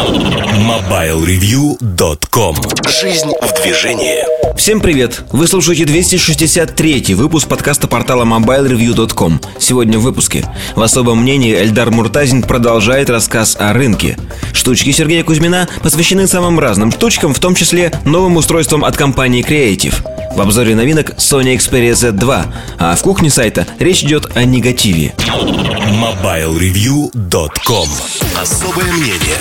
MobileReview.com. Жизнь в движении. Всем привет! Вы слушаете 263-й выпуск подкаста портала MobileReview.com. Сегодня в выпуске. В особом мнении Эльдар Муртазин продолжает рассказ о рынке. Штучки Сергея Кузьмина посвящены самым разным штучкам, в том числе новым устройствам от компании Creative. В обзоре новинок Sony Xperia Z2, а в кухне сайта речь идет о негативе. MobileReview.com. Особое мнение.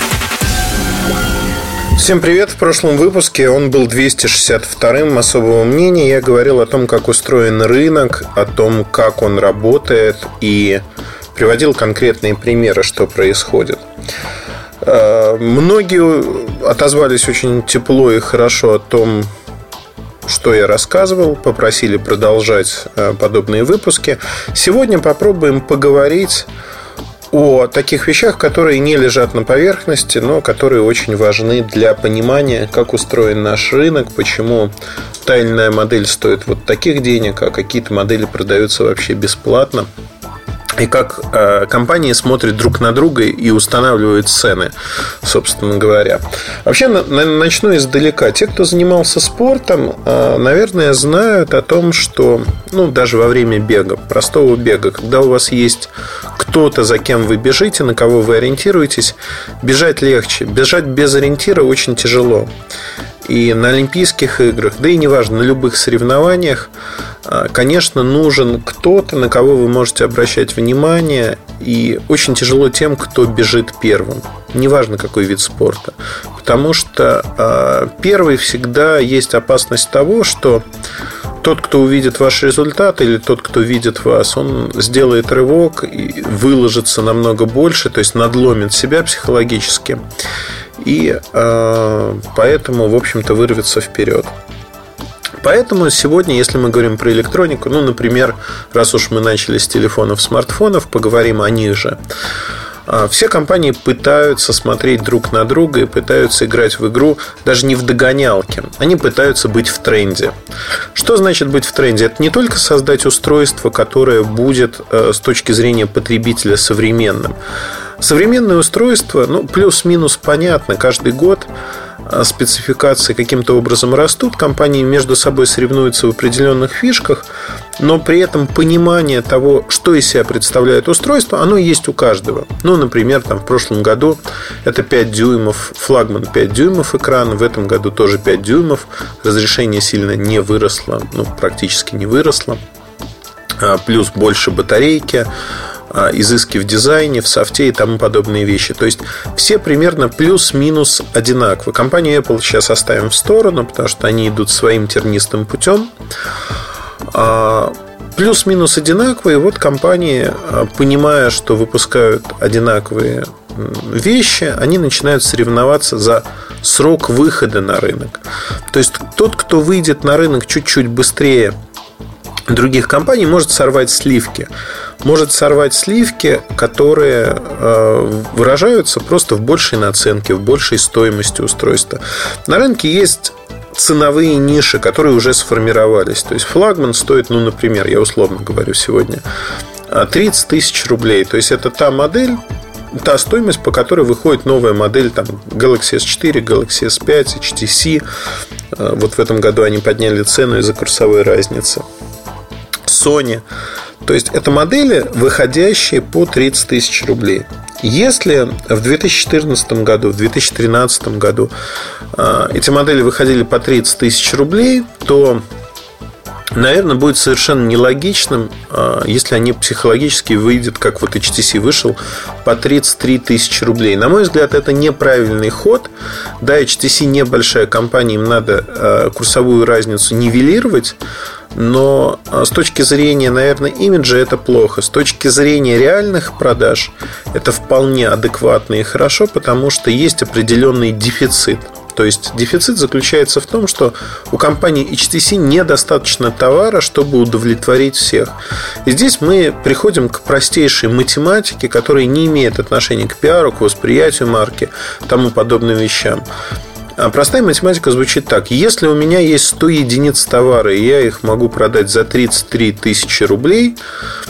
Всем привет! В прошлом выпуске, он был 262-м особого мнения, я говорил о том, как устроен рынок, о том, как он работает, и приводил конкретные примеры, что происходит. Многие отозвались очень тепло и хорошо о том, что я рассказывал, попросили продолжать подобные выпуски. Сегодня попробуем поговорить о таких вещах, которые не лежат на поверхности, но которые очень важны для понимания, как устроен наш рынок, почему та или иная модель стоит вот таких денег, а какие-то модели продаются вообще бесплатно. И как компании смотрят друг на друга и устанавливают цены, собственно говоря. Вообще, начну издалека. Те, кто занимался спортом, наверное, знают о том, что даже во время бега, простого бега, когда у вас есть кто-то, за кем вы бежите, на кого вы ориентируетесь, бежать легче. Бежать без ориентира очень тяжело. И на Олимпийских играх, да и неважно, на любых соревнованиях, конечно, нужен кто-то, на кого вы можете обращать внимание. И очень тяжело тем, кто бежит первым. Неважно, какой вид спорта. Потому что первый всегда есть опасность того, что тот, кто увидит ваш результат, или тот, кто видит вас, он сделает рывок и выложится намного больше, то есть надломит себя психологически. И поэтому, в общем-то, вырвется вперед. Поэтому сегодня, если мы говорим про электронику, например, раз уж мы начали с телефонов, смартфонов, поговорим о них же. Все компании пытаются смотреть друг на друга и пытаются играть в игру даже не в догонялки. Они пытаются быть в тренде. Что значит быть в тренде? Это не только создать устройство, которое будет с точки зрения потребителя современным. Современные устройства, плюс-минус понятно, каждый год спецификации каким-то образом растут, компании между собой соревнуются в определенных фишках, но при этом понимание того, что из себя представляет устройство, оно есть у каждого. Например, в прошлом году это 5 дюймов, флагман 5 дюймов экран, в этом году тоже 5 дюймов, разрешение сильно не выросло, практически не выросло, плюс больше батарейки, изыски в дизайне, в софте и тому подобные вещи. То есть все примерно плюс-минус одинаковы. Компанию Apple сейчас оставим в сторону, потому что они идут своим тернистым путем. Плюс-минус одинаковые. Вот компании, понимая, что выпускают одинаковые вещи, они начинают соревноваться за срок выхода на рынок. То есть тот, кто выйдет на рынок чуть-чуть быстрее других компаний, может сорвать сливки. Может сорвать сливки, которые выражаются просто в большей наценке, в большей стоимости устройства. На рынке есть ценовые ниши, которые уже сформировались. То есть флагман стоит, например, я условно говорю сегодня, 30 тысяч рублей. То есть это та модель, та стоимость, по которой выходит новая модель Galaxy S4, Galaxy S5, HTC. Вот в этом году они подняли цену из-за курсовой разницы. Sony. То есть это модели, выходящие по 30 тысяч рублей. Если в 2014 году, в 2013 году эти модели выходили по 30 тысяч рублей, то, наверное, будет совершенно нелогичным, если они психологически выйдут, как вот HTC вышел, по 33 тысячи рублей. На мой взгляд, это неправильный ход. Да, HTC небольшая компания, им надо курсовую разницу нивелировать. Но с точки зрения, наверное, имиджа это плохо. С точки зрения реальных продаж это вполне адекватно и хорошо, потому что есть определенный дефицит. То есть дефицит заключается в том, что у компании HTC недостаточно товара, чтобы удовлетворить всех. И здесь мы приходим к простейшей математике, которая не имеет отношения к пиару, к восприятию марки, тому подобным вещам. Простая математика звучит так. Если у меня есть 100 единиц товара, и я их могу продать за 33 тысячи рублей,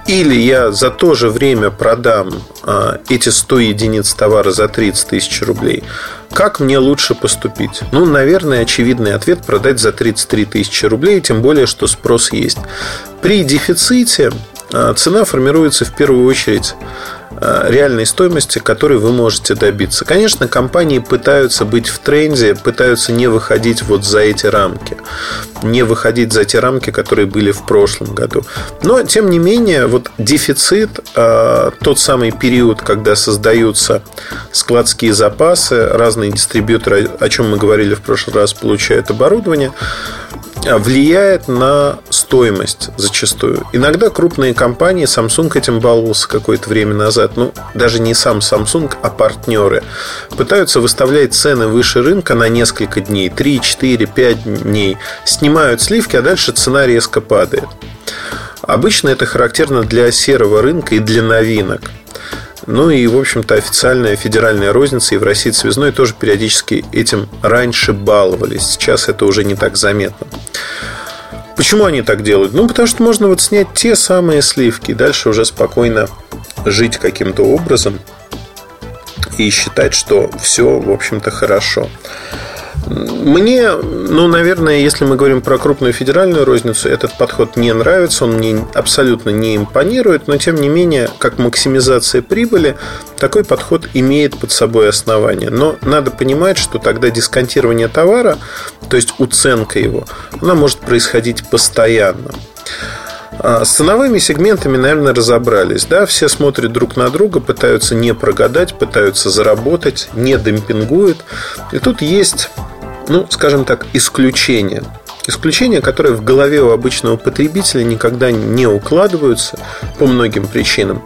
или я за то же время продам эти 100 единиц товара за 30 тысяч рублей. Как мне лучше поступить? Ну, наверное, очевидный ответ – продать за 33 тысячи рублей, тем более, что спрос есть. При дефиците цена формируется в первую очередь реальной стоимости, которой вы можете добиться. Конечно, компании пытаются быть в тренде, пытаются не выходить вот за эти рамки, не выходить за те рамки, которые были в прошлом году. Но, тем не менее, вот дефицит, тот самый период, когда создаются складские запасы, разные дистрибьюторы, о чем мы говорили в прошлый раз, получают оборудование, влияет на стоимость зачастую. Иногда крупные компании, Samsung этим баловался какое-то время назад, ну, даже не сам Samsung, а партнеры, пытаются выставлять цены выше рынка на несколько дней, 3, 4, 5 дней, снимают сливки, а дальше цена резко падает. Обычно это характерно для серого рынка и для новинок. Ну и, в общем-то, официальная федеральная розница Евросеть связной тоже периодически этим раньше баловались. Сейчас это уже не так заметно. Почему они так делают? Ну, потому что можно вот снять те самые сливки и дальше уже спокойно жить каким-то образом и считать, что все, в общем-то, хорошо. Мне, ну, наверное, если мы говорим про крупную федеральную розницу, этот подход не нравится, он мне абсолютно не импонирует, но, тем не менее, как максимизация прибыли, такой подход имеет под собой основание. Но надо понимать, что тогда дисконтирование товара, то есть уценка его, она может происходить постоянно. С ценовыми сегментами, наверное, разобрались, да? Все смотрят друг на друга, пытаются не прогадать, пытаются заработать, не демпингуют. И тут есть, ну, скажем так, исключения. Исключения, которые в голове у обычного потребителя никогда не укладываются по многим причинам.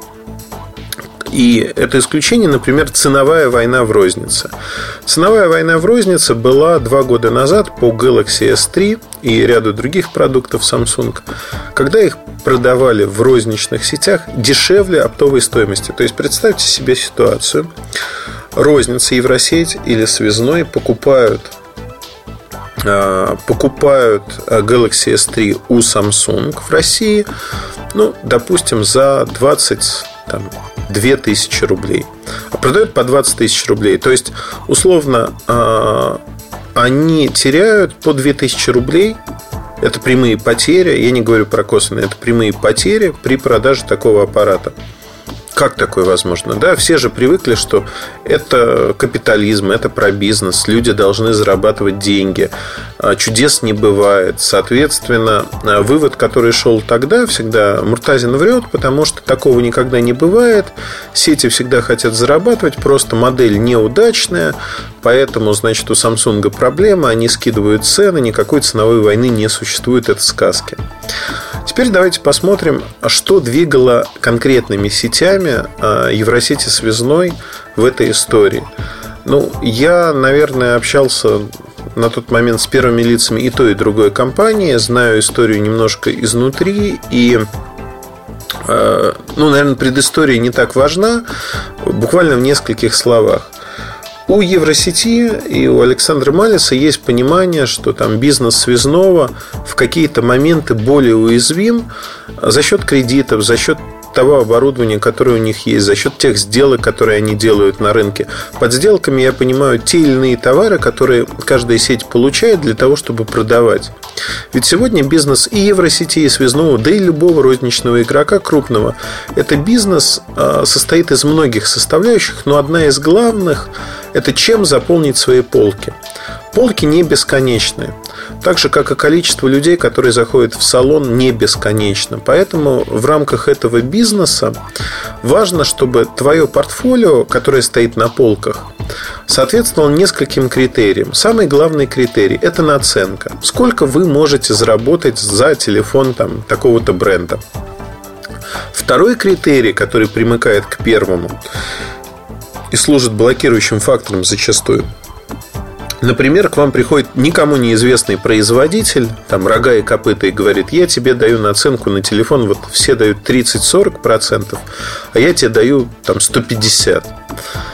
И это исключение, например, ценовая война в рознице. Ценовая война в рознице была 2 года назад по Galaxy S3 и ряду других продуктов Samsung, когда их продавали в розничных сетях дешевле оптовой стоимости. То есть представьте себе ситуацию. Розница, Евросеть или связной покупают Galaxy S3 у Samsung в России, ну, допустим, за 22 тысячи рублей, а продают по 20 тысяч рублей. То есть, условно, они теряют по 2000 рублей. Это прямые потери. Я не говорю про косвенные. Это прямые потери при продаже такого аппарата. Как такое возможно? Да, все же привыкли, что это капитализм, это про бизнес. Люди должны зарабатывать деньги. Чудес не бывает. Соответственно, вывод, который шел тогда, всегда Муртазин врет, потому что такого никогда не бывает. Сети всегда хотят зарабатывать, просто модель неудачная. Поэтому, значит, у Samsung проблема. Они скидывают цены, никакой ценовой войны не существует. Это сказки. Теперь давайте посмотрим, что двигало конкретными сетями Евросети связной в этой истории. Ну, я, наверное, общался на тот момент с первыми лицами и той, и другой компании. Знаю историю немножко изнутри. И, ну, наверное, предыстория не так важна. Буквально в нескольких словах. У Евросети и у Александра Малиса есть понимание, что там бизнес связного в какие-то моменты более уязвим за счет кредитов, за счет того оборудования, которое у них есть, за счет тех сделок, которые они делают на рынке. Под сделками я понимаю те или иные товары, которые каждая сеть получает для того, чтобы продавать. Ведь сегодня бизнес и Евросети, и связного, да и любого розничного игрока крупного, это бизнес состоит из многих составляющих, но одна из главных – это чем заполнить свои полки. Полки не бесконечные. Так же, как и количество людей, которые заходят в салон, не бесконечно. Поэтому в рамках этого бизнеса важно, чтобы твое портфолио, которое стоит на полках, соответствовало нескольким критериям. Самый главный критерий – это наценка. Сколько вы можете заработать за телефон там, такого-то бренда. Второй критерий, который примыкает к первому и служит блокирующим фактором зачастую. Например, к вам приходит никому неизвестный производитель, там рога и копыта, и говорит: я тебе даю наценку на телефон, вот все дают 30-40%, а я тебе даю там 150%.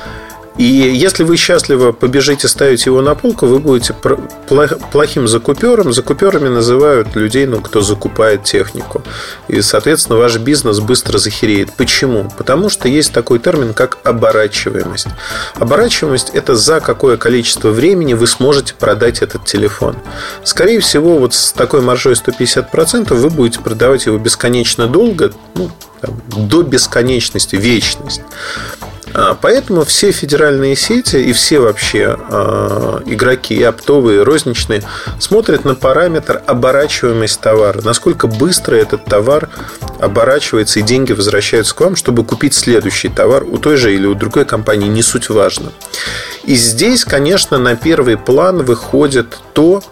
И если вы счастливо побежите ставить его на полку, вы будете плохим закупером. Закуперами называют людей, кто закупает технику. И, соответственно, ваш бизнес быстро захереет. Почему? Потому что есть такой термин, как оборачиваемость. Оборачиваемость – это за какое количество времени вы сможете продать этот телефон. Скорее всего, вот с такой маржой 150% вы будете продавать его бесконечно долго, до бесконечности, вечность. Поэтому все федеральные сети и все вообще игроки, и оптовые, и розничные, смотрят на параметр оборачиваемость товара. Насколько быстро этот товар оборачивается и деньги возвращаются к вам, чтобы купить следующий товар у той же или у другой компании, не суть важно. И здесь, конечно, на первый план выходит то,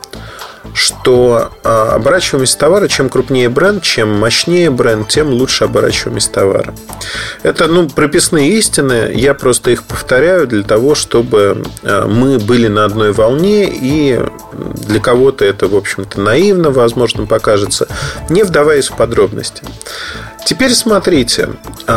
что оборачиваемость товара, чем крупнее бренд, чем мощнее бренд, тем лучше оборачиваемость товара. Это прописные истины, я просто их повторяю для того, чтобы мы были на одной волне, и для кого-то это, в общем-то, наивно, возможно, покажется, не вдаваясь в подробности. Теперь смотрите,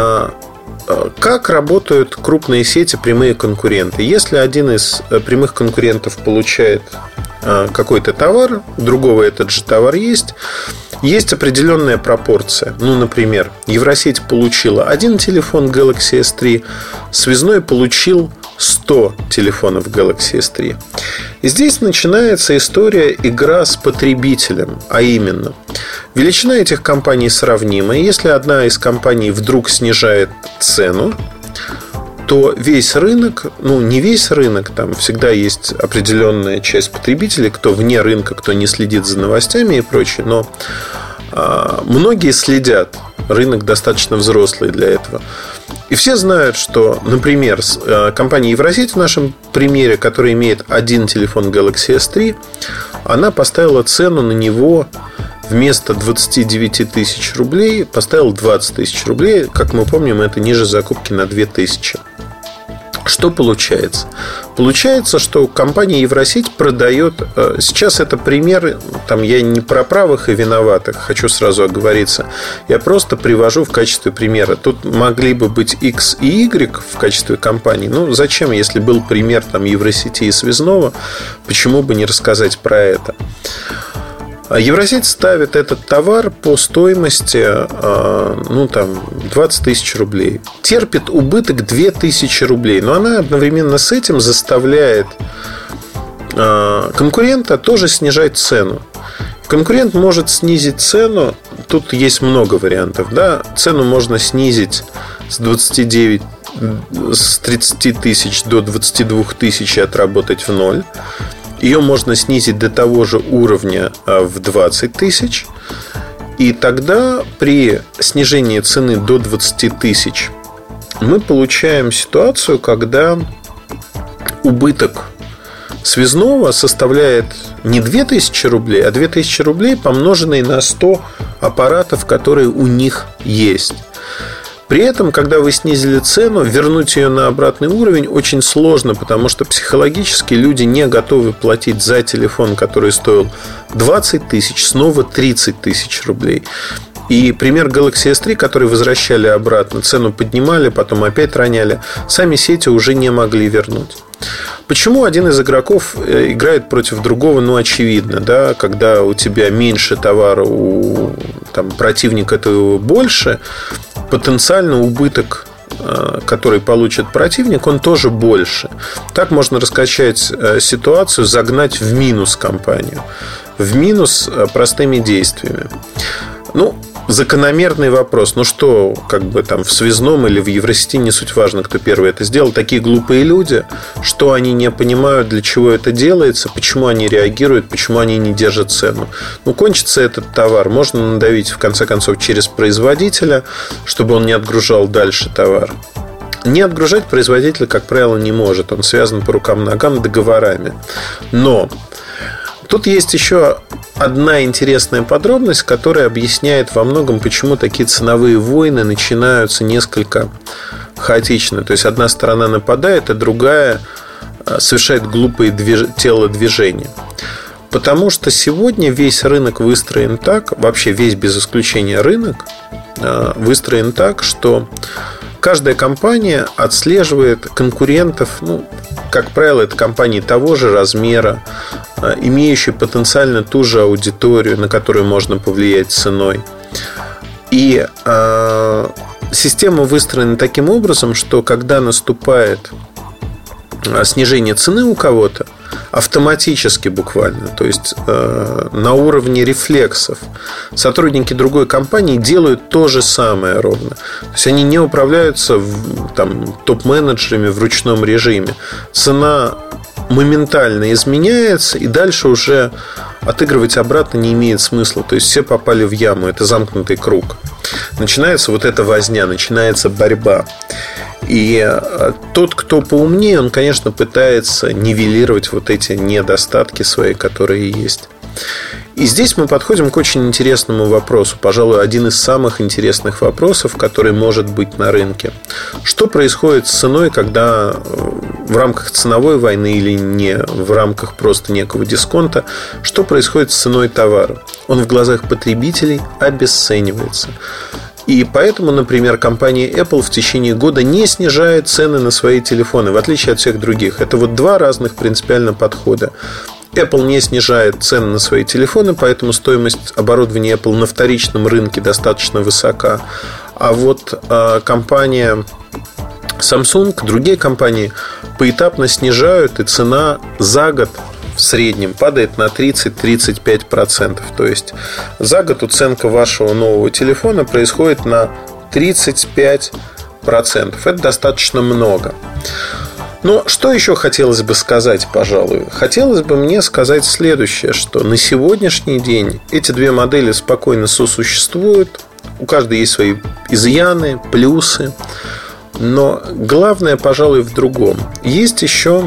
как работают крупные сети, прямые конкуренты. Если один из прямых конкурентов получает какой-то товар, у другого этот же товар есть определенная пропорция. Например, Евросеть получила один телефон Galaxy S3, связной получил 100 телефонов Galaxy S3. И здесь начинается игра с потребителем, а именно величина этих компаний сравнима. И если одна из компаний вдруг снижает цену, то весь рынок, не весь рынок, там всегда есть определенная часть потребителей, кто вне рынка, кто не следит за новостями и прочее, но многие следят, рынок достаточно взрослый для этого. И все знают, что, например, компания Евросеть в нашем примере, которая имеет один телефон Galaxy S3, она поставила цену на него вместо 29 тысяч рублей, поставила 20 тысяч рублей. Как мы помним, это ниже закупки на 2000. Что получается? Получается, что компания Евросеть продает. Сейчас это пример, я не про правых и виноватых, хочу сразу оговориться. Я просто привожу в качестве примера. Тут могли бы быть X и Y в качестве компаний. Зачем, если был пример Евросети и связного, почему бы не рассказать про это? Евросеть ставит этот товар по стоимости 20 тысяч рублей. Терпит убыток 2000 рублей. Но она одновременно с этим заставляет конкурента тоже снижать цену. Конкурент может снизить цену. Тут есть много вариантов. Цену можно снизить с 30 тысяч до 22 тысяч и отработать в ноль. Ее можно снизить до того же уровня в 20 тысяч. И тогда при снижении цены до 20 тысяч мы получаем ситуацию, когда убыток связного составляет не 2000 рублей, а 2000 рублей, помноженные на 100 аппаратов, которые у них есть. При этом, когда вы снизили цену, вернуть ее на обратный уровень очень сложно, потому что психологически люди не готовы платить за телефон, который стоил 20 тысяч, снова 30 тысяч рублей. И пример Galaxy S3, который возвращали обратно, цену поднимали, потом опять роняли, сами сети уже не могли вернуть. Почему один из игроков играет против другого? Очевидно, когда у тебя меньше товара, у противника этого больше, потенциально убыток, который получит противник, он тоже больше. Так можно раскачать ситуацию, загнать в минус компанию. В минус простыми действиями. Закономерный вопрос. Что, в связном или в Евросети, не суть важно, кто первый это сделал. Такие глупые люди, что они не понимают, для чего это делается, почему они реагируют, почему они не держат цену. Кончится этот товар, можно надавить, в конце концов, через производителя, чтобы он не отгружал дальше товар. Не отгружать производитель, как правило, не может. Он связан по рукам-ногам договорами. Но тут есть еще одна интересная подробность, которая объясняет во многом, почему такие ценовые войны начинаются несколько хаотично. То есть одна сторона нападает, а другая совершает глупые телодвижения. Потому что сегодня весь рынок выстроен так, вообще весь без исключения рынок выстроен так, что каждая компания отслеживает конкурентов, как правило, это компании того же размера, имеющие потенциально ту же аудиторию, на которую можно повлиять ценой. И система выстроена таким образом, что когда наступает снижение цены у кого-то, автоматически буквально, то есть на уровне рефлексов, сотрудники другой компании делают то же самое ровно. То есть они не управляются топ-менеджерами в ручном режиме. Цена моментально изменяется, и дальше уже отыгрывать обратно не имеет смысла. То есть все попали в яму, это замкнутый круг. Начинается вот эта возня, начинается борьба. И тот, кто поумнее, он, конечно, пытается нивелировать вот эти недостатки свои, которые есть. И здесь мы подходим к очень интересному вопросу. Пожалуй, один из самых интересных вопросов, который может быть на рынке. Что происходит с ценой, когда в рамках ценовой войны или не в рамках просто некого дисконта, что происходит с ценой товара? Он в глазах потребителей обесценивается. И поэтому, например, компания Apple в течение года не снижает цены на свои телефоны, в отличие от всех других. Это вот два разных принципиально подхода. Apple не снижает цены на свои телефоны, поэтому стоимость оборудования Apple на вторичном рынке достаточно высока. А вот компания Samsung, другие компании поэтапно снижают, и цена за год в среднем падает на 30-35%. То есть за год уценка вашего нового телефона происходит на 35%. Это достаточно много. Но что еще хотелось бы сказать, пожалуй? Хотелось бы мне сказать следующее, что на сегодняшний день эти две модели спокойно сосуществуют. У каждой есть свои изъяны, плюсы. Но главное, пожалуй, в другом. Есть еще,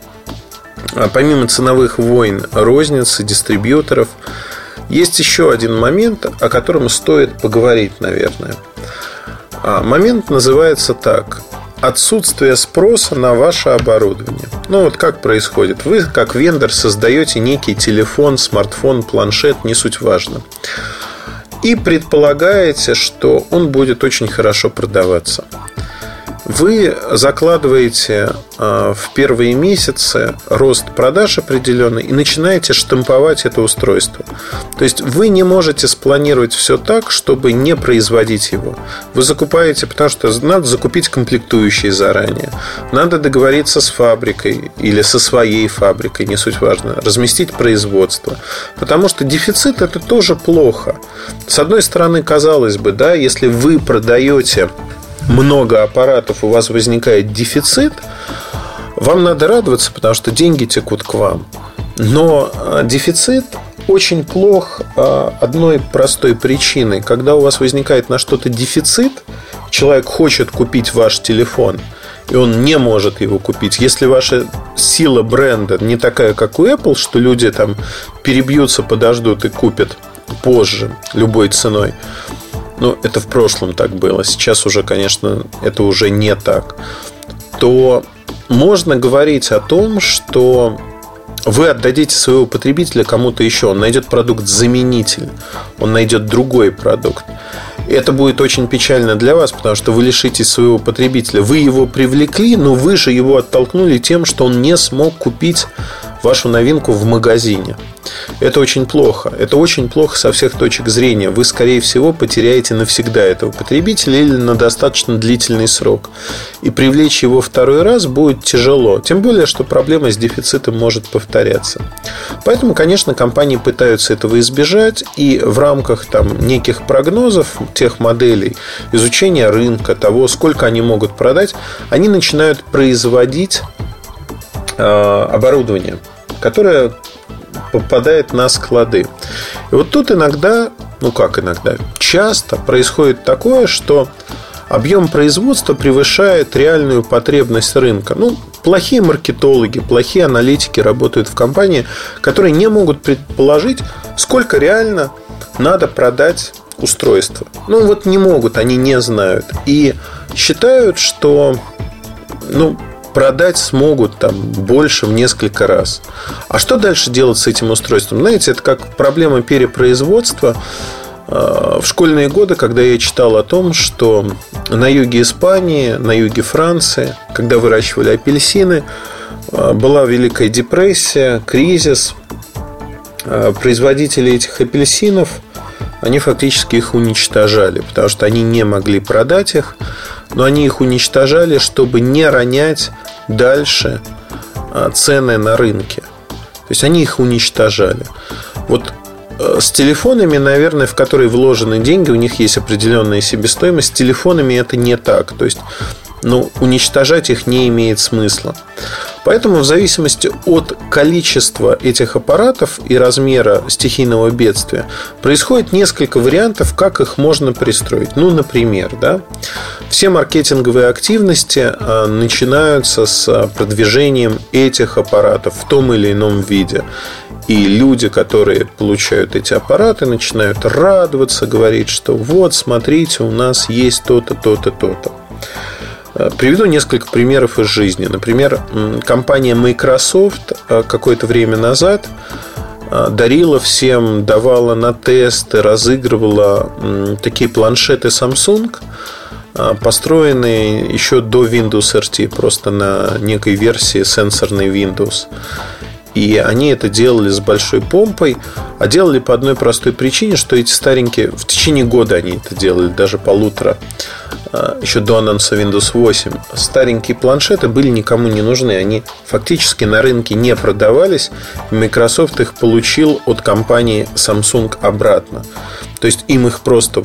помимо ценовых войн, розницы, дистрибьюторов, есть еще один момент, о котором стоит поговорить, наверное. Момент называется так: отсутствие спроса на ваше оборудование. Вот как происходит. Вы, как вендор, создаете некий телефон, смартфон, планшет, не суть важно, и предполагаете, что он будет очень хорошо продаваться. Вы закладываете в первые месяцы рост продаж определенный и начинаете штамповать это устройство. То есть вы не можете спланировать все так, чтобы не производить его. Вы закупаете, потому что надо закупить комплектующие заранее. Надо договориться с фабрикой или со своей фабрикой, не суть важно, разместить производство. Потому что дефицит — это тоже плохо. С одной стороны, казалось бы, да, если вы продаете много аппаратов, у вас возникает дефицит, вам надо радоваться, потому что деньги текут к вам. Но дефицит очень плох одной простой причиной. Когда у вас возникает на что-то дефицит, человек хочет купить ваш телефон, и он не может его купить. Если ваша сила бренда не такая, как у Apple, что люди там перебьются, подождут и купят позже любой ценой. Это в прошлом так было. Сейчас уже, конечно, это уже не так. То можно говорить о том, что вы отдадите своего потребителя кому-то еще. Он найдет продукт-заменитель, он найдет другой продукт. И это будет очень печально для вас, потому что вы лишитесь своего потребителя. Вы его привлекли, но вы же его оттолкнули тем, что он не смог купить вашу новинку в магазине. Это очень плохо. Это очень плохо со всех точек зрения. Вы, скорее всего, потеряете навсегда этого потребителя или на достаточно длительный срок. И привлечь его второй раз будет тяжело. Тем более, что проблема с дефицитом может повторяться. Поэтому, конечно, компании пытаются этого избежать. И в рамках неких прогнозов тех моделей, изучения рынка, того, сколько они могут продать, они начинают производить оборудование, которое попадает на склады. И вот тут иногда, часто происходит такое, что объем производства превышает реальную потребность рынка. Плохие маркетологи, плохие аналитики работают в компании, которые не могут предположить, сколько реально надо продать устройства. Не могут, они не знают. И считают, что продать смогут больше в несколько раз. А что дальше делать с этим устройством? Знаете, это как проблема перепроизводства. В школьные годы, когда я читал о том, что на юге Испании, на юге Франции, когда выращивали апельсины, была Великая депрессия, кризис. Производители этих апельсинов, они фактически их уничтожали, потому что они не могли продать их, но они их уничтожали, чтобы не ронять дальше цены на рынке. То есть они их уничтожали. Вот с телефонами, наверное, в которые вложены деньги, у них есть определенная себестоимость. С телефонами это не так. То есть, уничтожать их не имеет смысла. Поэтому в зависимости от количества этих аппаратов и размера стихийного бедствия происходит несколько вариантов, как их можно пристроить. Например, все маркетинговые активности начинаются с продвижением этих аппаратов в том или ином виде. И люди, которые получают эти аппараты, начинают радоваться, говорить, что вот, смотрите, у нас есть то-то, то-то, то-то. Приведу несколько примеров из жизни. Например, компания Microsoft какое-то время назад дарила всем, давала на тесты, разыгрывала такие планшеты Samsung, построенные еще до Windows RT, просто на некой версии сенсорной Windows. И они это делали с большой помпой, а делали по одной простой причине, что эти старенькие, в течение года они это делали, даже полутора, еще до анонса Windows 8, старенькие планшеты были никому не нужны. Они фактически на рынке не продавались. Microsoft их получил от компании Samsung обратно. То есть им их просто,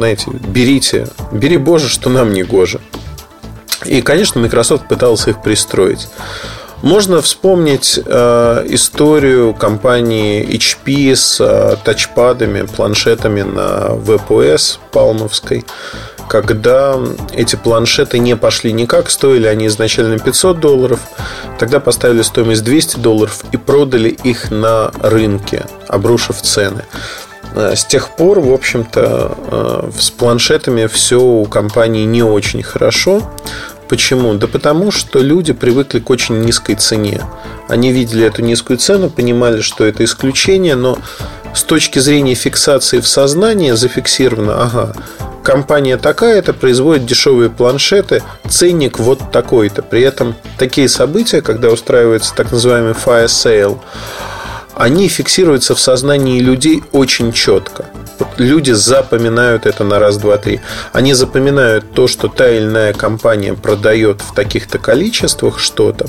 бери, Боже, что нам не гоже. И, конечно, Microsoft пытался их пристроить. Можно вспомнить историю компании HP с тачпадами, планшетами на WebOS палмовской, когда эти планшеты не пошли никак, стоили они изначально $500, тогда поставили стоимость $200 и продали их на рынке, обрушив цены. С тех пор, в общем-то, с планшетами все у компании не очень хорошо. Почему? Да потому что люди привыкли к очень низкой цене. Они видели эту низкую цену, понимали, что это исключение, но с точки зрения фиксации в сознании зафиксировано: компания такая-то производит дешевые планшеты, ценник вот такой-то. При этом такие события, когда устраивается так называемый fire sale, они фиксируются в сознании людей очень четко. Люди запоминают это на раз, два, три. Они запоминают то, что та или иная компания продает в таких-то количествах что-то.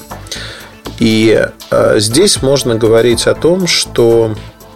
И здесь можно говорить о том, что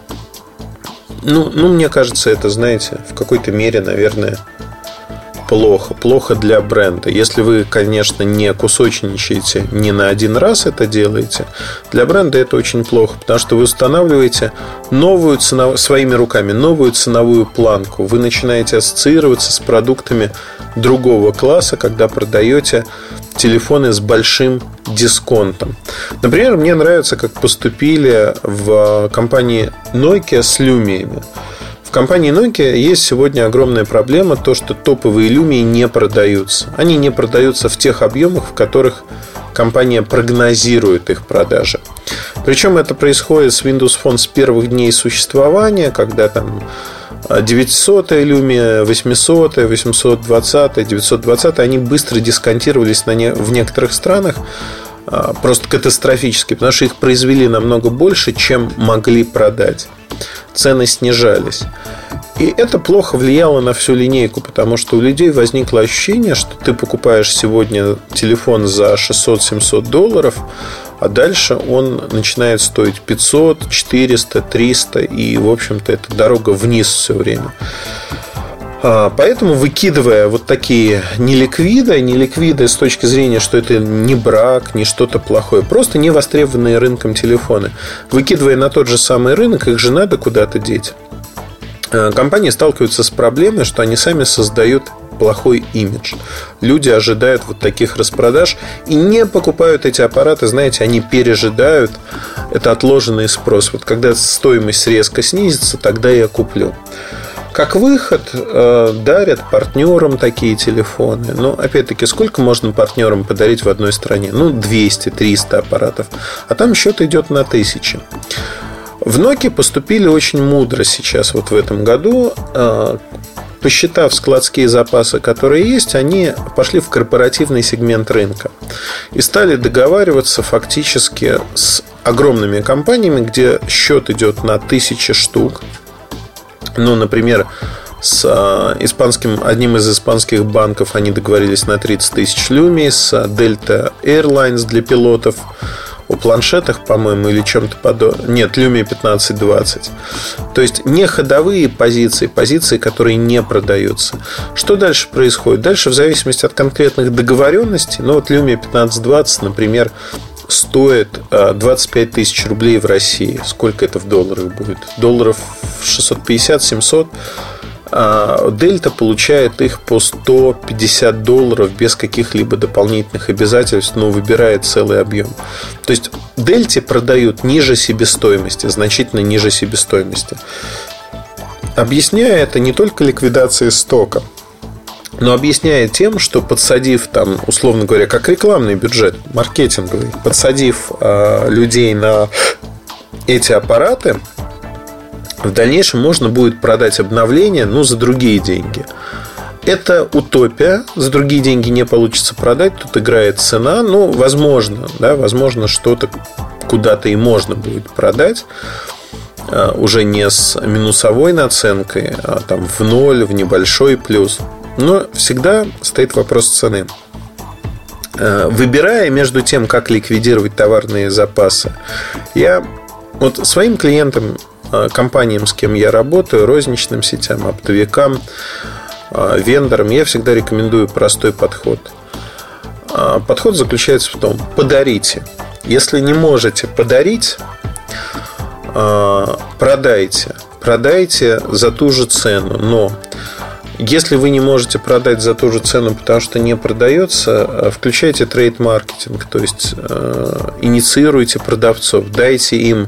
мне кажется, это, в какой-то мере, наверное, плохо для бренда. Если вы, конечно, не кусочничаете, не на один раз это делаете, для бренда это очень плохо, потому что вы устанавливаете своими руками новую ценовую планку. Вы начинаете ассоциироваться с продуктами другого класса, когда продаете телефоны с большим дисконтом. Например, мне нравится, как поступили в компании Nokia с Lumia. В компании Nokia есть сегодня огромная проблема, то, что топовые Lumia не продаются. Они не продаются в тех объемах, в которых компания прогнозирует их продажи. Причем это происходит с Windows Phone с первых дней существования, когда там 900-я Lumia, 800-я, 820-я, 920-я, они быстро дисконтировались в некоторых странах просто катастрофически, потому что их произвели намного больше, чем могли продать. Цены снижались. И это плохо влияло на всю линейку, потому что у людей возникло ощущение, что ты покупаешь сегодня телефон за $600-700, а дальше он начинает стоить 500, 400, 300, и, в общем-то, это дорога вниз все время. Поэтому, выкидывая вот такие неликвиды с точки зрения, что это не брак, не что-то плохое, просто не востребованные рынком телефоны, выкидывая на тот же самый рынок, их же надо куда-то деть. Компании сталкиваются с проблемой, что они сами создают плохой имидж. Люди ожидают вот таких распродаж и не покупают эти аппараты. Знаете, они пережидают. Это отложенный спрос. Вот когда стоимость резко снизится, тогда я куплю. Как выход дарят партнерам такие телефоны. Но опять-таки, сколько можно партнерам подарить в одной стране? 200-300 аппаратов. А там счет идет на тысячи. В Nokia поступили очень мудро сейчас вот в этом году. Посчитав складские запасы, которые есть, они пошли в корпоративный сегмент рынка и стали договариваться фактически с огромными компаниями, где счет идет на тысячи штук. Ну, например, с одним из испанских банков они договорились на 30 тысяч люмий, с Delta Airlines для пилотов, о планшетах, по-моему, или чем-то подобном. Нет, Lumia 1520. То есть не ходовые позиции, позиции, которые не продаются. Что дальше происходит? Дальше, в зависимости от конкретных договоренностей, ну вот Lumia 1520, например, стоит 25 тысяч рублей в России. Сколько это в долларах будет? Долларов 650-700. Дельта получает их по $150 без каких-либо дополнительных обязательств, но выбирает целый объем. То есть Дельте продают ниже себестоимости, значительно ниже себестоимости. Объясняя это не только ликвидацией стока, но объясняя тем, что подсадив там, условно говоря, как рекламный бюджет, маркетинговый, подсадив людей на эти аппараты, в дальнейшем можно будет продать обновление, но за другие деньги. Это утопия. За другие деньги не получится продать. Тут играет цена. Ну, возможно, да, возможно, что-то куда-то и можно будет продать. Уже не с минусовой наценкой, а там в ноль, в небольшой плюс. Но всегда стоит вопрос цены. Выбирая между тем, как ликвидировать товарные запасы, я вот своим клиентам, компаниям, с кем я работаю, розничным сетям, оптовикам, вендорам, я всегда рекомендую простой подход. Подход заключается в том: подарите. Если не можете подарить, продайте. Продайте за ту же цену. Но если вы не можете продать за ту же цену, потому что не продается, включайте трейд-маркетинг. То есть инициируйте продавцов, дайте им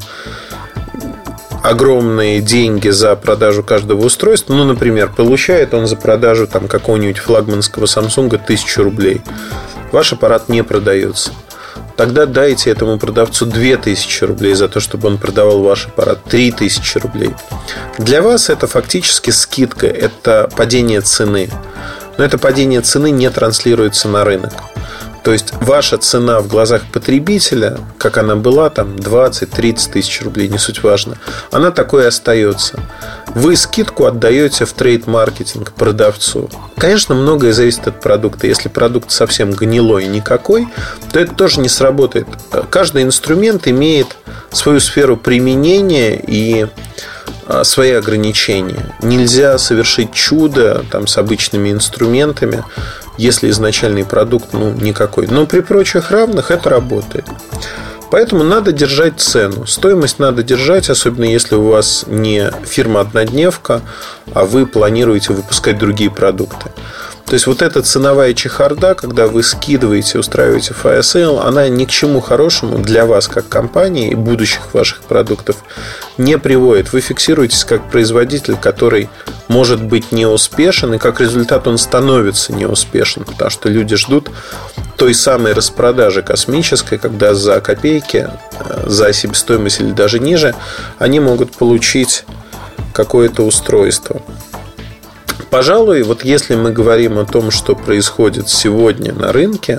огромные деньги за продажу каждого устройства. Ну, например, получает он за продажу там какого-нибудь флагманского Samsung 1000 рублей. Ваш аппарат не продается. Тогда дайте этому продавцу 2000 рублей за то, чтобы он продавал ваш аппарат, 3000 рублей. Для вас это фактически скидка, это падение цены. Но это падение цены не транслируется на рынок. То есть ваша цена в глазах потребителя, как она была, там 20-30 тысяч рублей, не суть важно, она такой и остается. Вы скидку отдаете в трейд-маркетинг продавцу. Конечно, многое зависит от продукта. Если продукт совсем гнилой и никакой, то это тоже не сработает. Каждый инструмент имеет свою сферу применения и свои ограничения. Нельзя совершить чудо там, с обычными инструментами, если изначальный продукт никакой. Но при прочих равных это работает. Поэтому надо держать цену. Стоимость надо держать, особенно если у вас не фирма-однодневка, а вы планируете выпускать другие продукты. То есть вот эта ценовая чехарда, когда вы скидываете, устраиваете fire sale, она ни к чему хорошему для вас как компании и будущих ваших продуктов не приводит. Вы фиксируетесь как производитель, который может быть неуспешен, и как результат он становится неуспешен, потому что люди ждут той самой распродажи космической, когда за копейки, за себестоимость или даже ниже, они могут получить какое-то устройство. Пожалуй, вот если мы говорим о том, что происходит сегодня на рынке,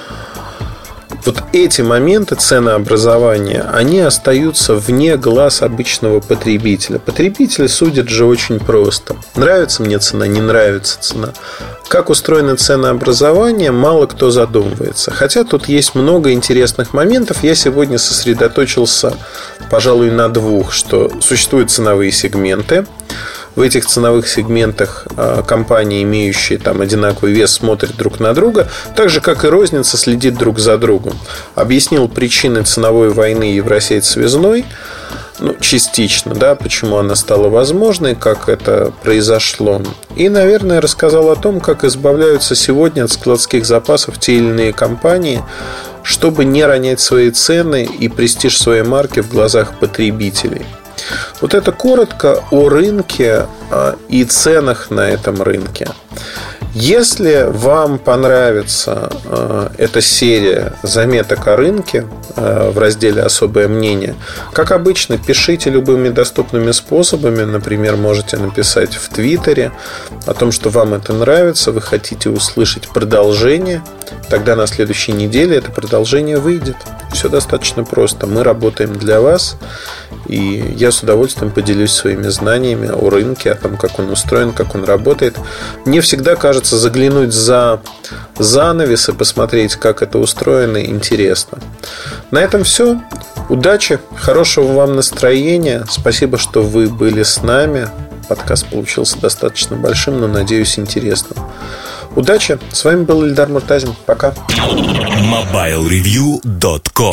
вот эти моменты ценообразования, они остаются вне глаз обычного потребителя. Потребитель судит же очень просто. Нравится мне цена, не нравится цена. Как устроено ценообразование, мало кто задумывается. Хотя тут есть много интересных моментов. Я сегодня сосредоточился, пожалуй, на двух. Что существуют ценовые сегменты. В этих ценовых сегментах компании, имеющие там одинаковый вес, смотрят друг на друга, так же, как и розница следит друг за другом. Объяснил причины ценовой войны Евросеть-связной, частично, да, почему она стала возможной, как это произошло. И, наверное, рассказал о том, как избавляются сегодня от складских запасов те или иные компании, чтобы не ронять свои цены и престиж своей марки в глазах потребителей. Вот это коротко о рынке и ценах на этом рынке. Если вам понравится эта серия заметок о рынке в разделе «Особое мнение», как обычно, пишите любыми доступными способами. Например, можете написать в Твиттере о том, что вам это нравится, вы хотите услышать продолжение. Тогда на следующей неделе это продолжение выйдет. Все достаточно просто. Мы работаем для вас, и я с удовольствием поделюсь своими знаниями о рынке, о том, как он устроен, как он работает. Мне всегда кажется, заглянуть за занавес и посмотреть, как это устроено, интересно. На этом все. Удачи, хорошего вам настроения. Спасибо, что вы были с нами. Подкаст получился достаточно большим, но, надеюсь, интересным. Удачи. С вами был Эльдар Муртазин. Пока. MobileReview.com.